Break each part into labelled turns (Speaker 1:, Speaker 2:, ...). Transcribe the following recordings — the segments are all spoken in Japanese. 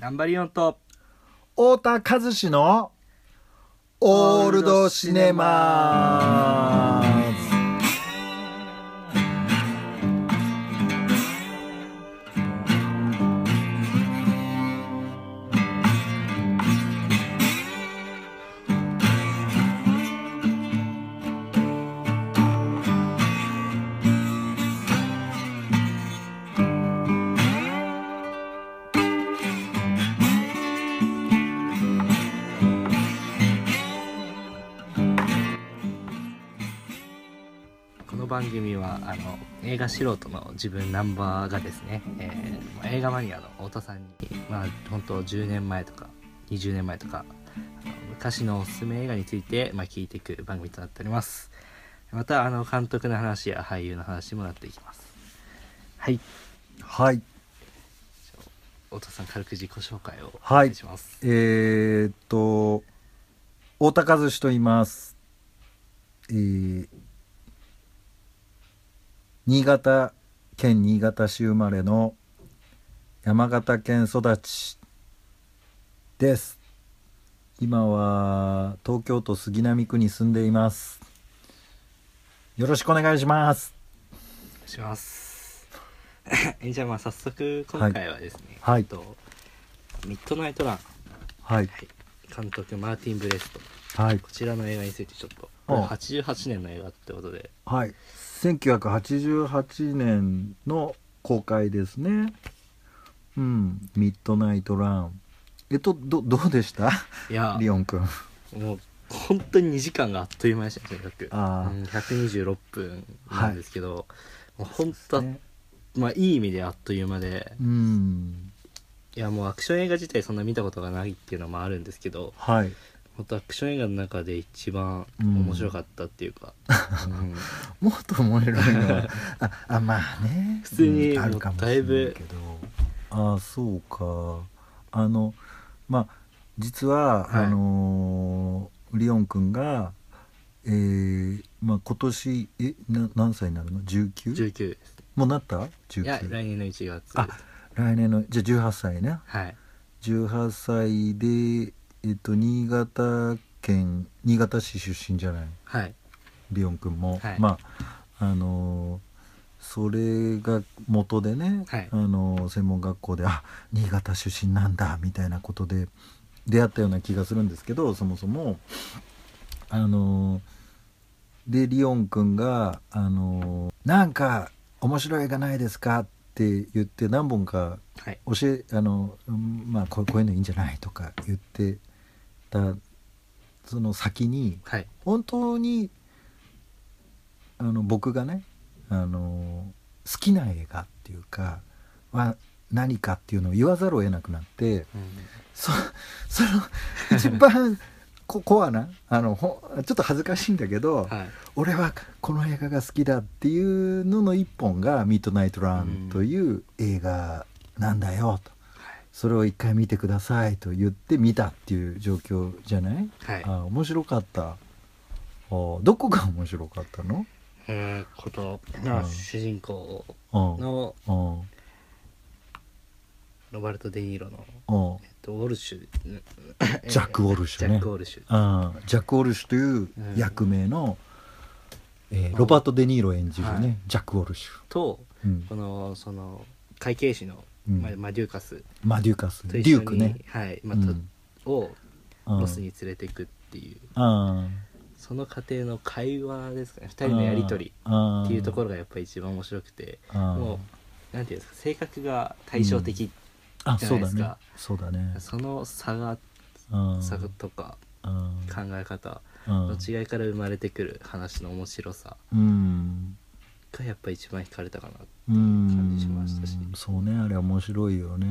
Speaker 1: ナンバリオンと
Speaker 2: 太田和志のオールドシネマーズ。
Speaker 1: この番組は映画素人の自分ナンバーがですね、映画マニアの太田さんに本当10年前とか20年前とか昔のおすすめ映画について聞いていく番組となっております。また監督の話や俳優の話もなっていきます。はい
Speaker 2: はい、
Speaker 1: 太田さん、軽く自己紹介をお
Speaker 2: はい
Speaker 1: 願いします。
Speaker 2: 太田和志と言います。新潟県新潟市生まれの山形県育ちです。今は東京都杉並区に住んでいます。よろしくお願いします。
Speaker 1: お願いします。じゃあ早速今回はですね、
Speaker 2: はい
Speaker 1: ミッドナイトラン、
Speaker 2: はい
Speaker 1: 監督マーティン・ブレスト、
Speaker 2: はい
Speaker 1: こちらの映画についてちょっと88年の映画ってことで、
Speaker 2: はい、1988年の公開ですね。ミッドナイトラン。どうでした
Speaker 1: いや
Speaker 2: リオン君。
Speaker 1: もう本当に2時間があっという間でしたね。とにかく126分なんですけど、もう本当、
Speaker 2: ね、
Speaker 1: いい意味であっという間で、いやもうアクション映画自体そんな見たことがないっていうのもあるんですけど、
Speaker 2: はい、
Speaker 1: 本当アクション映画の中で一番面白かったっていうか、
Speaker 2: もっと面白いのはまあね、
Speaker 1: 普通に
Speaker 2: あるかもしれないけど、そうか。実は、リオン君が、今年何歳になるの？ 19？
Speaker 1: です。
Speaker 2: もうなった？ 19？
Speaker 1: いや来年の1月。
Speaker 2: 来年のじゃあ18歳ね。
Speaker 1: はい。
Speaker 2: 18歳で新潟市出身じゃない？
Speaker 1: はい。
Speaker 2: リオン君も、
Speaker 1: はい、
Speaker 2: それが元でね、
Speaker 1: はい、
Speaker 2: 専門学校で新潟出身なんだみたいなことで出会ったような気がするんですけど、そもそもでリオン君がなんか面白い映画ないですかって言って何本かこういうのいいんじゃないとか言ってたその先に、本当に僕がね好きな映画っていうかは何かっていうのを言わざるを得なくなって、その一番コアなちょっと恥ずかしいんだけど、俺はこの映画が好きだっていうのの一本がミッドナイトランという映画なんだよと、それを一回見てくださいと言って見たっていう状況じゃない？面白かった。どこが面白かったの？
Speaker 1: 主人公のロバルト・デ・ニーロのウォルシュ、
Speaker 2: ジャック・ウォルシュね。ジャック・ウォルシュという役名の、ロバート・デ・ニーロ演じるね、ジャック・ウォルシュ
Speaker 1: と、その会計士のマデューカスと一緒に、デュークね、をロスに連れていくっていう、その過程の会話ですかね、2人のやり取りっていうところがやっぱり一番面白くて、もうなんていうんですか、性格が対照的じゃないですか。
Speaker 2: そうだね。
Speaker 1: その差とか考え方の違いから生まれてくる話の面白さがやっぱり一番惹かれたかなっていう感じしましたし、
Speaker 2: そうね、あれ面白いよね。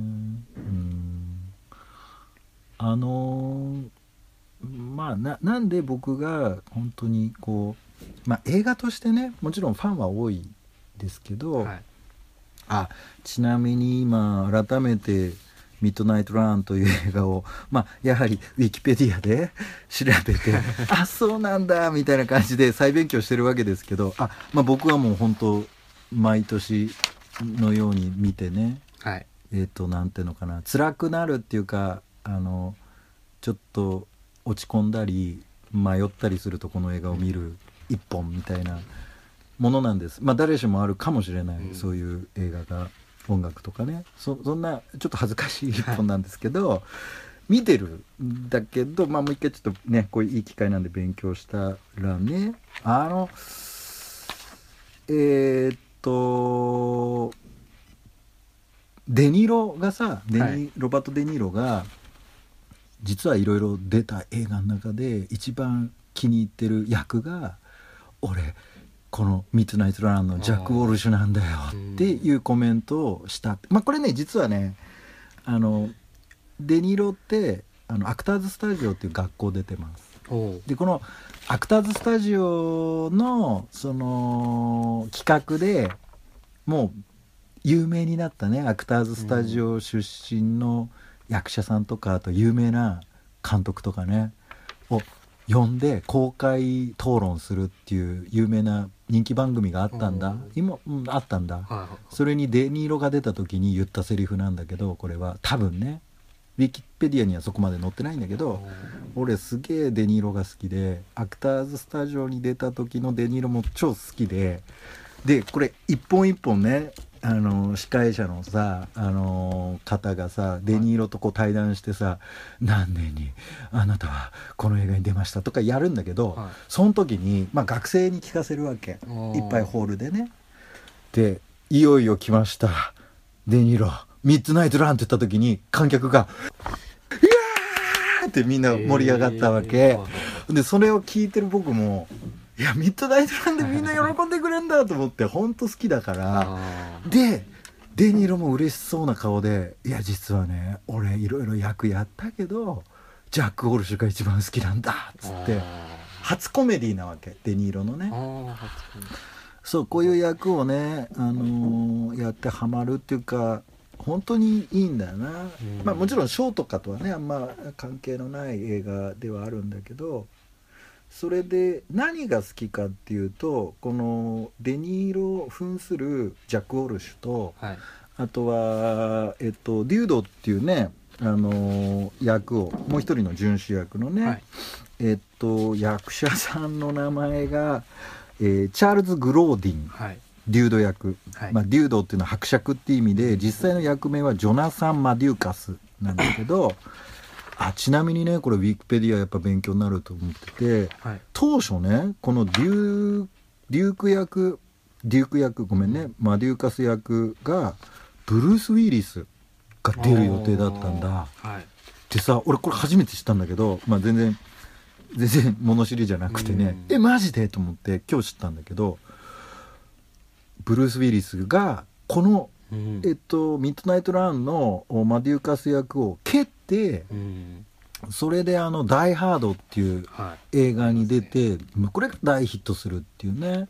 Speaker 2: なんで僕が本当にこう、映画としてね、もちろんファンは多いですけど、ちなみに今改めてミッドナイトランという映画を、やはりウィキペディアで調べてそうなんだみたいな感じで再勉強してるわけですけど、僕はもう本当毎年のように見てね、 なんていうのかな、辛くなるっていうか、ちょっと落ち込んだり迷ったりするとこの映画を見る一本みたいなものなんです。まあ誰しもあるかもしれない、そういう映画が、音楽とかね、そんなちょっと恥ずかしい一本なんですけど、見てるんだけど、まあもう一回ちょっとね、こういういい機会なんで勉強したらね、デニーロがさ、ロバート・デ・ニーロが実はいろいろ出た映画の中で一番気に入ってる役が、俺このミッドナイト・ランのジャック・ウォルシュなんだよっていうコメントをした。まあこれね、実はね、デニーロってアクターズスタジオっていう学校出てます。でこのアクターズスタジオのその企画でもう有名になったね、アクターズスタジオ出身の役者さんとか、あと有名な監督とかねを呼んで公開討論するっていう有名な人気番組があったんだ、今、あったんだ、それにデニーロが出た時に言ったセリフなんだけど、これは多分ねウィキペディアにはそこまで載ってないんだけど、俺すげえデニーロが好きで、アクターズスタジオに出た時のデニーロも超好きで、これ一本一本ね、司会者のさ、方がさデニーロとこう対談してさ、何年にあなたはこの映画に出ましたとかやるんだけど、その時に、まあ、学生に聞かせるわけ、いっぱいホールでね。でいよいよ来ましたデニーロミッドナイトランって言った時に観客が「いやー!」ってみんな盛り上がったわけ、でそれを聞いてる僕も、いやミッドナイトランでみんな喜んでくれんだと思って本当好きだから、でデニーロも嬉しそうな顔で、いや実はね俺いろいろ役やったけどジャック・ウォルシュが一番好きなんだっつって、初コメディなわけ、デニーロのね。そうこういう役をね、やってハマるっていうか本当にいいんだよな、まあもちろんショーとかとはねあんま関係のない映画ではあるんだけど、それで何が好きかっていうと、このデニーロを扮するジャック・ウォルシュと、あとは、デュードっていうね、役をもう一人の準主役のね、役者さんの名前が、チャールズ・グローディン、デュード役、まあ、デュードっていうのは伯爵っていう意味で、実際の役名はジョナサン・マデューカスなんだけどちなみにねこれウィキペディアやっぱ勉強になると思ってて、当初ねこのデューク役ごめんね、マデューカス役がブルース・ウィリスが出る予定だったんだ、でさ俺これ初めて知ったんだけど、まあ、全然物知りじゃなくてね、マジでと思って今日知ったんだけど、ブルース・ウィリスがこの、ミッドナイトランのマデューカス役を蹴って、それでダイ・ハードっていう映画に出て、これが大ヒットするっていうね。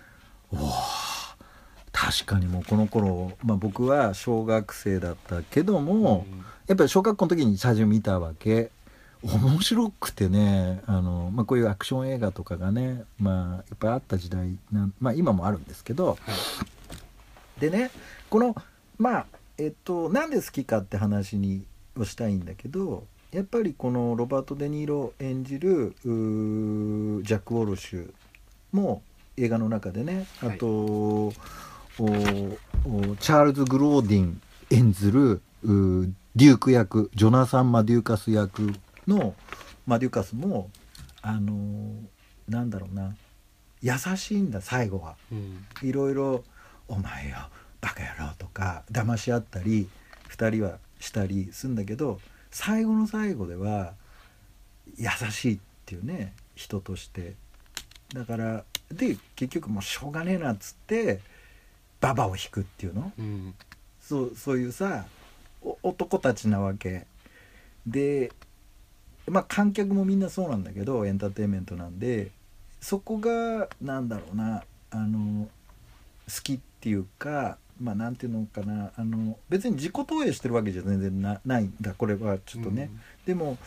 Speaker 2: 確かにもうこの頃、まあ、僕は小学生だったけども、やっぱり小学校の時に最初見たわけ。面白くてね、まあ、こういうアクション映画とかがね、まあ、いっぱいあった時代まあ、今もあるんですけど、でねこのまあなんで好きかって話をしたいんだけど、やっぱりこのロバート・デ・ニーロ演じるジャック・ウォルシュも映画の中でね、あと、チャールズ・グローディン演ずるデューク役、ジョナサン・マデューカス役のマデューカスもなんだろうな、優しいんだ最後は。いろいろお前よバカ野郎とか騙し合ったり2人はしたりするんだけど、最後の最後では優しいっていうね、人として。だからで結局もうしょうがねえなっつってババを引くっていうの、そういうさ男たちなわけで、まあ観客もみんなそうなんだけどエンターテインメントなんで、そこがなんだろうな、好きっていうか、まあなんていうのかな、別に自己投影してるわけじゃ全然ないんだこれはちょっとね、でも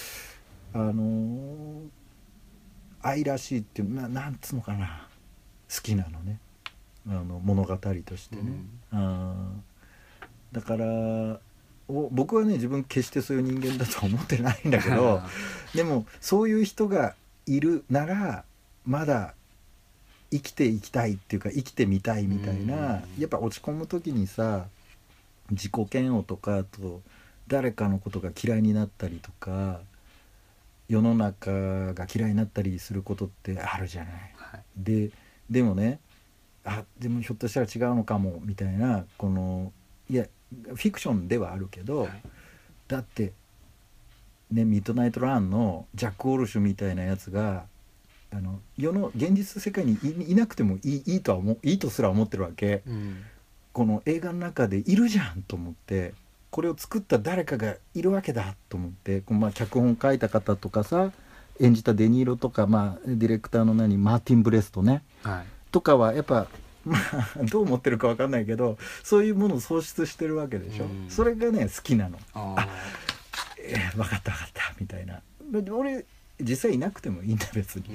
Speaker 2: 愛らしいっていうなんつうのかな、好きなのね、物語としてね、 だから僕はね自分決してそういう人間だとは思ってないんだけどでもそういう人がいるならまだ生きていきたいっていうか生きてみたいみたいな、やっぱ落ち込む時にさ自己嫌悪とかあと誰かのことが嫌いになったりとか世の中が嫌いになったりすることってあるじゃない、はい、でもねでもひょっとしたら違うのかもみたいないやフィクションではあるけど、はい、だってねミッドナイトランのジャック・オルシュみたいなやつが世の現実世界に いなくてもいいとすら思ってるわけ、うん、この映画の中でいるじゃんと思ってこれを作った誰かがいるわけだと思って脚本書いた方とかさ演じたデニーロとか、ディレクターのマーティン・ブレストね、はい、とかはやっぱどう思ってるか分かんないけどそういうものを創出してるわけでしょ、うん、それがね好きなの。分かったみたいな。俺実際いなくてもいいんだ別に、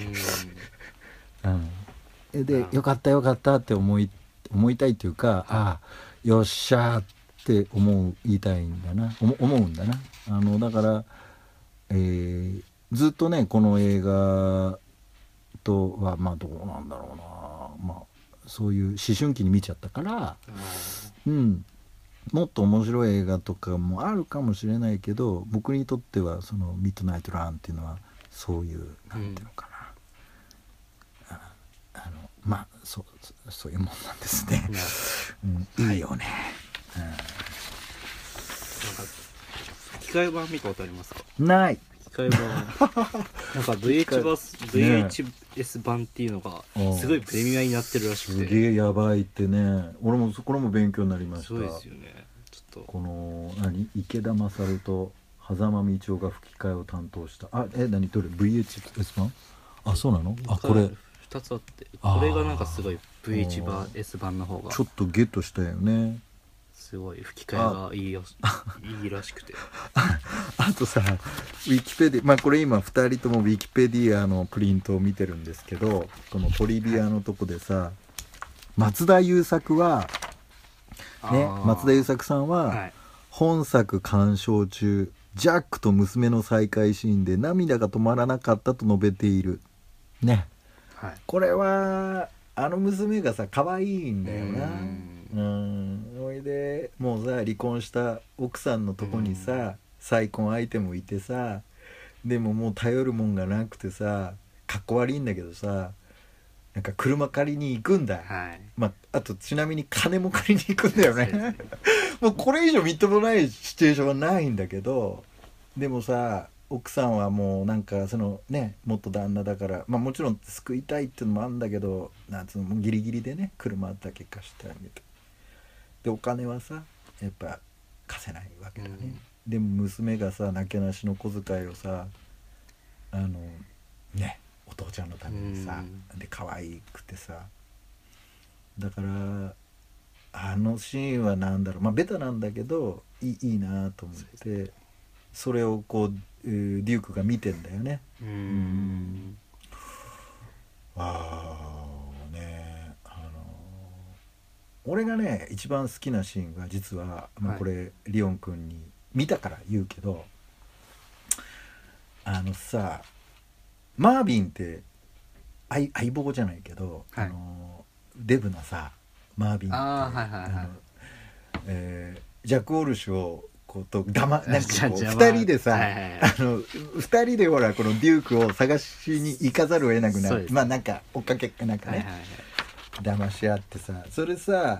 Speaker 2: うん、でよかったって思いたいっていうかよっしゃーって言いたいんだな思うんだな。だから、ずっとねこの映画とはどうなんだろうな、そういう思春期に見ちゃったから、うん、もっと面白い映画とかもあるかもしれないけど僕にとってはそのミッドナイトランっていうのはそういうなんていうのかな、そういうもんなんですね、いいよね、
Speaker 1: なんか吹き替え版見たことありますか？
Speaker 2: ない
Speaker 1: 吹き替え版なんか VHS 版っていうのがすごいプレミアになってるらしくて
Speaker 2: すげえやばいってね俺もこれも勉強になりました。
Speaker 1: そうですよね。ちょっと
Speaker 2: この池田勝と狭間道夫が吹き替えを担当したどれ VHS 版そうなのこれ
Speaker 1: 2つあってこれがなんかすごい VHS 版の方が
Speaker 2: ちょっとゲットしたよね。
Speaker 1: すごい吹き替えがいいらしくて
Speaker 2: あとさウィキペディこれ今2人ともウィキペディアのプリントを見てるんですけどこのトリビアのとこでさ松田優作はね松田優作さんは本作鑑賞中ジャックと娘の再会シーンで涙が止まらなかったと述べているね、はい、これは娘がさ可愛いんだよな。それでもうさ離婚した奥さんのとこにさ再婚相手もいてさでももう頼るもんがなくてさかっこ悪いんだけどさなんか車借りに行くんだ、はい、あとちなみに金も借りに行くんだよねもうこれ以上みっともないシチュエーションはないんだけどでもさ奥さんはもうなんか元旦那だからもちろん救いたいっていうのもあるんだけどもうギリギリでね車だけ貸してあげてでお金はさやっぱ貸せないわけだね、でも娘がさなけなしの小遣いをさお父ちゃんのためにさで可愛くてさだからシーンはなんだろうベタなんだけどいいなと思ってそれをこうデュークが見てんだよね。俺がね一番好きなシーンは実は、これリオン君に見たから言うけどさマービンって相棒じゃないけど、はい、デブなさマービンってジャック・オルシュを2人でさ、2人でほらこのデュークを探しに行かざるを得なくなるなんか追っかけなんかね、騙し合ってさそれさ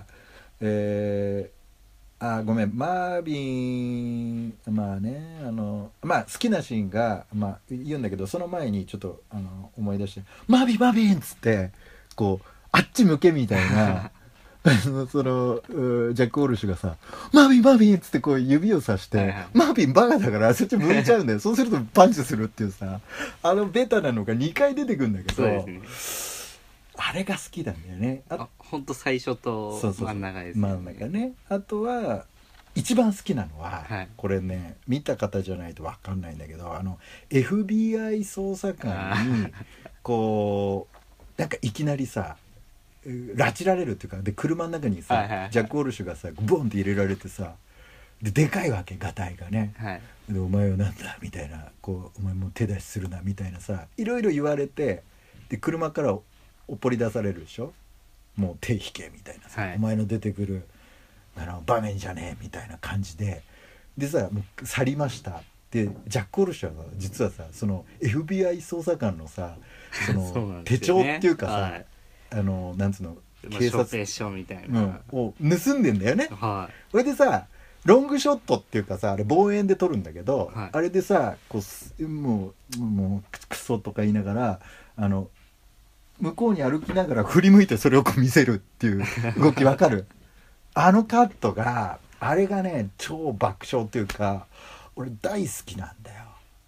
Speaker 2: ごめんマービン好きなシーンが言うんだけどその前にちょっと思い出してマービンっつってこうあっち向けみたいなジャック・オルシュがさマービンっつってこう指をさして、マービンバカだからそっち向いちゃうんだよそうするとパンチするっていうさベタなのが2回出てくるんだけどあれが好きなんだよね。
Speaker 1: ほんと最初と真ん中です
Speaker 2: ね。真ん中ね。あとは一番好きなのは、これね見た方じゃないと分かんないんだけどFBI 捜査官にこうなんかいきなりさ拉致られるっていうかで車の中にさ、ジャック・オルシュがさボンって入れられてさでかいわけ、ガタイがね、
Speaker 1: はい、
Speaker 2: でお前はなんだみたいな、こうお前もう手出しするなみたいなさ、いろいろ言われて、で車からおぽり出されるでしょ、もう手引けみたいなさ、はい、お前の出てくる場面じゃねえみたいな感じで、でさ、もう去りました。でジャック・オルシュは実はさ、その FBI 捜査官のさ、その手帳っていうかさ、はい、なんつうの、
Speaker 1: 警察書みたいな、
Speaker 2: を盗んでんだよね。
Speaker 1: はい、
Speaker 2: それでさ、ロングショットっていうかさ、あれ望遠で撮るんだけど、はい、あれでさ、こうもうクソとか言いながら、向こうに歩きながら振り向いてそれをこう見せるっていう動きわかる？あのカットが、あれがね、超爆笑っていうか、俺大好きなんだよ。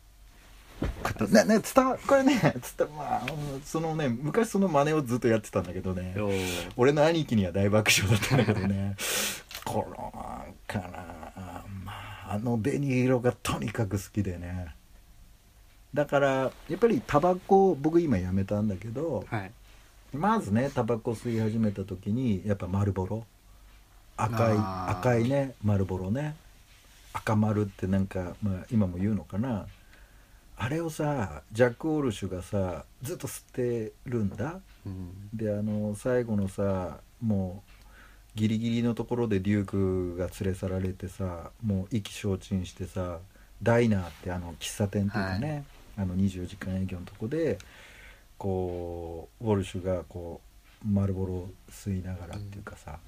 Speaker 2: これね、まあ、そのね、昔その真似をずっとやってたんだけどね、俺の兄貴には大爆笑だったんだけどねこのなんかな、まあ、デニーロがとにかく好きでね、だからやっぱりタバコ、僕今やめたんだけど、はい、まずね、タバコ吸い始めた時にやっぱ丸ボロ、赤いね、丸ボロね、赤丸ってなんか、まあ、今も言うのかな、あれをさ、ジャック・オルシュがさずっと吸ってるんだ、うん、で最後のさ、もうギリギリのところでデュークが連れ去られてさ、もう意気消沈してさ、ダイナーって喫茶店っていうかね、はい、24時間営業のとこでこうウォルシュがこう丸ボロ吸いながらっていうかさ、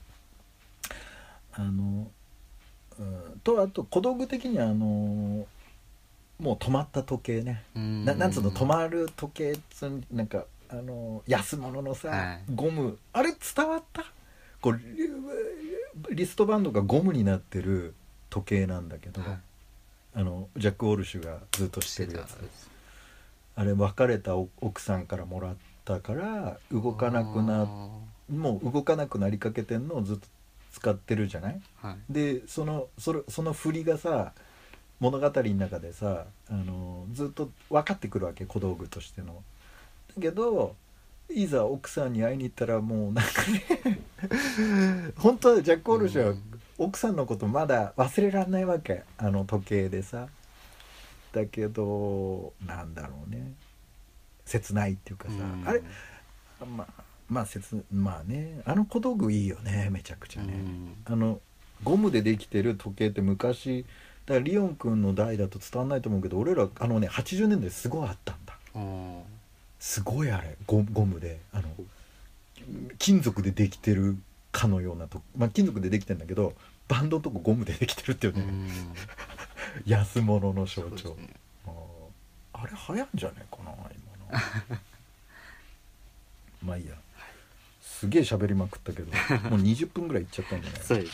Speaker 2: とあと小道具的にはもう止まった時計ね、なんつうの、止まる時計なんか安物のさ、はい、ゴム、あれ伝わった？こうリストバンドがゴムになってる時計なんだけど、はい、ジャック・ウォルシュがずっとしてるやつ、あれ別れた奥さんからもらったから動かなくな、もう動かなくなりかけてんのをずっと使ってるじゃない、はい、でその振りがさ、物語の中でさ、ずっと分かってくるわけ、小道具としての。だけどいざ奥さんに会いに行ったら、もうなんかね本当はジャック・オルシュは奥さんのことまだ忘れられないわけ、時計でさ。だけどなんだろうね、切ないっていうかさ、あれまあね、小道具いいよね、めちゃくちゃね。ゴムでできてる時計って昔だから、リオン君の代だと伝わんないと思うけど、俺ら80年代すごいあったんだ。すごいあれ、ゴムで金属でできてるかのようなと、まあ金属でできてるんだけど、バンドのとこゴムでできてるっていうね安物の象徴、ね、あれ流行んじゃねえかな今のまあいいや、すげえ喋りまくったけどもう20分ぐらいいっちゃったんじゃない？
Speaker 1: そうです。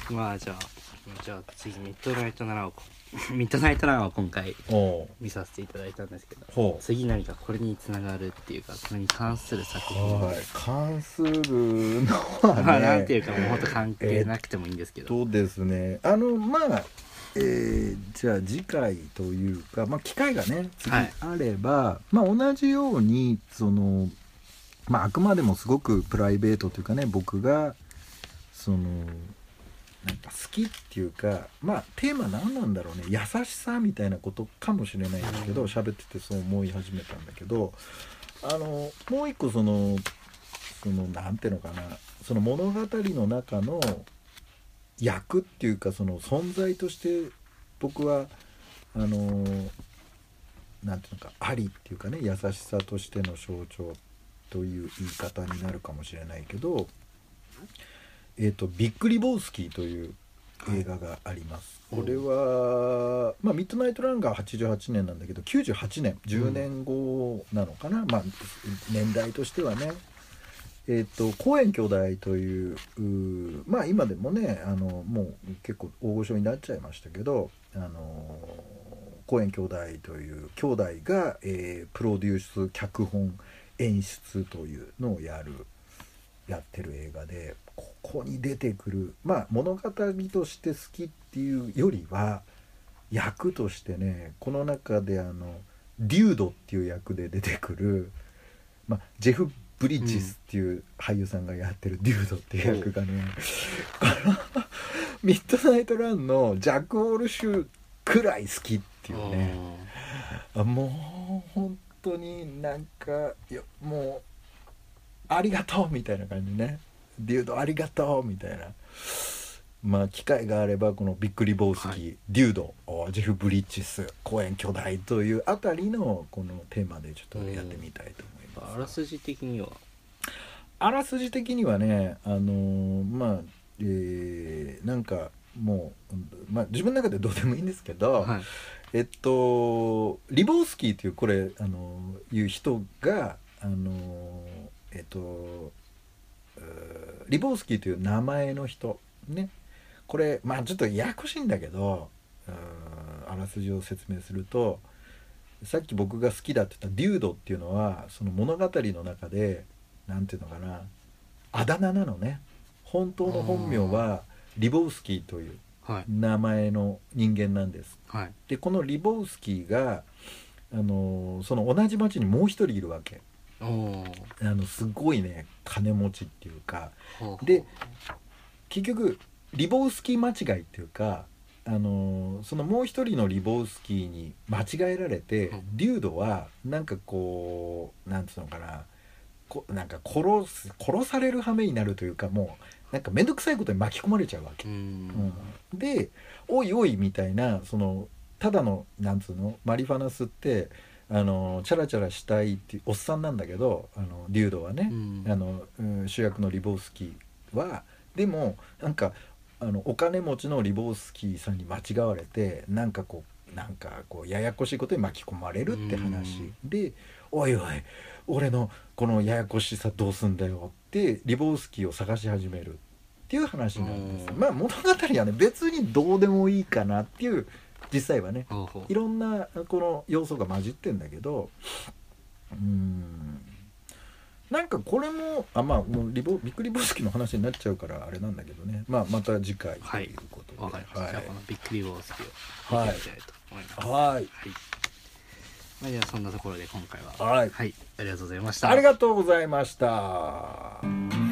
Speaker 1: まあじゃあ次ミッドナイトナラーを今回見させていただいたんですけど、次何かこれにつながるっていうか、これに関する作品、
Speaker 2: はい、関するのはね、
Speaker 1: まあなんていうか、もう本当関係なくてもいいんですけど、
Speaker 2: そうですね、まあじゃあ次回というか、まあ、機会がね次あれば、はい、まあ、同じようにまあ、あくまでもすごくプライベートというかね、僕がなんか好きっていうか、まあテーマ何なんだろうね、優しさみたいなことかもしれないんですけど、喋っててそう思い始めたんだけど、もう一個なんていうのかな、その物語の中の役っていうか、その存在として僕はなんていうのか、ありっていうかね、優しさとしての象徴という言い方になるかもしれないけど、ビッグ・リボースキーという映画があります。これは、まあ、ミッドナイト・ランが88年なんだけど、98年10年後なのかな、まあ、年代としてはね、コーエン兄弟という、まあ今でもね、もう結構大御所になっちゃいましたけど、コーエン兄弟という兄弟が、プロデュース、脚本、演出というのをやってる映画で、ここに出てくる、まあ物語として好きっていうよりは役としてね、この中でデュードっていう役で出てくる、まあ、ジェフ・ブリッジスっていう俳優さんがやってるデュードっていう役がね、 ミッドナイトランのジャック・ウォルシュくらい好きっていうね。もう本当になんかもうありがとうみたいな感じね。デュードありがとうみたいな。まあ機会があればこのビッグ・リボウスキー、はい、デュード、ジェフ・ブリッジス、公園巨大というあたりのこのテーマでちょっとやってみたいと思います。
Speaker 1: あらすじ的には
Speaker 2: ね、まあ、なんかもう、まあ、自分の中でどうでもいいんですけど、はい、リボウスキーというこれいう人がリボウスキーという名前の人ね。これまあちょっとややこしいんだけど、あらすじを説明すると、さっき僕が好きだって言ったデュードっていうのはその物語の中でなんていうのかな、あだ名なのね。本当の本名はリボウスキーという名前の人間なんです、はい、でこのリボウスキーがその同じ町にもう一人いるわけ。すごいね金持ちっていうかで、結局リボウスキー間違いっていうかそのもう一人のリボウスキーに間違えられて、デュードはなんかこうなんつうのかな、なんか殺される羽目になるというか、もうなんか面倒くさいことに巻き込まれちゃうわけ。でおいおいみたいな、そのただのなんつうのマリファナスってチャラチャラしたいっていうおっさんなんだけど、デュードはね、主役のリボウスキーはでもなんかお金持ちのリボウスキーさんに間違われてなんかこうややこしいことに巻き込まれるって話で、おいおい俺のこのややこしさどうすんだよってリボウスキーを探し始めるっていう話なんです。まあ物語はね別にどうでもいいかなっていう、実際はねいろんなこの要素が混じってんだけど、なんかこれもまあもうビッグリボウスキーの話になっちゃうからあれなんだけどね、まあまた次回ということで、
Speaker 1: わかりました。じゃあこのビッグリボウスキーを見てみたいと思います。
Speaker 2: はい。
Speaker 1: まあ、じゃあそんなところで今回は
Speaker 2: はい、
Speaker 1: ありがとうございました。
Speaker 2: ありがとうございました。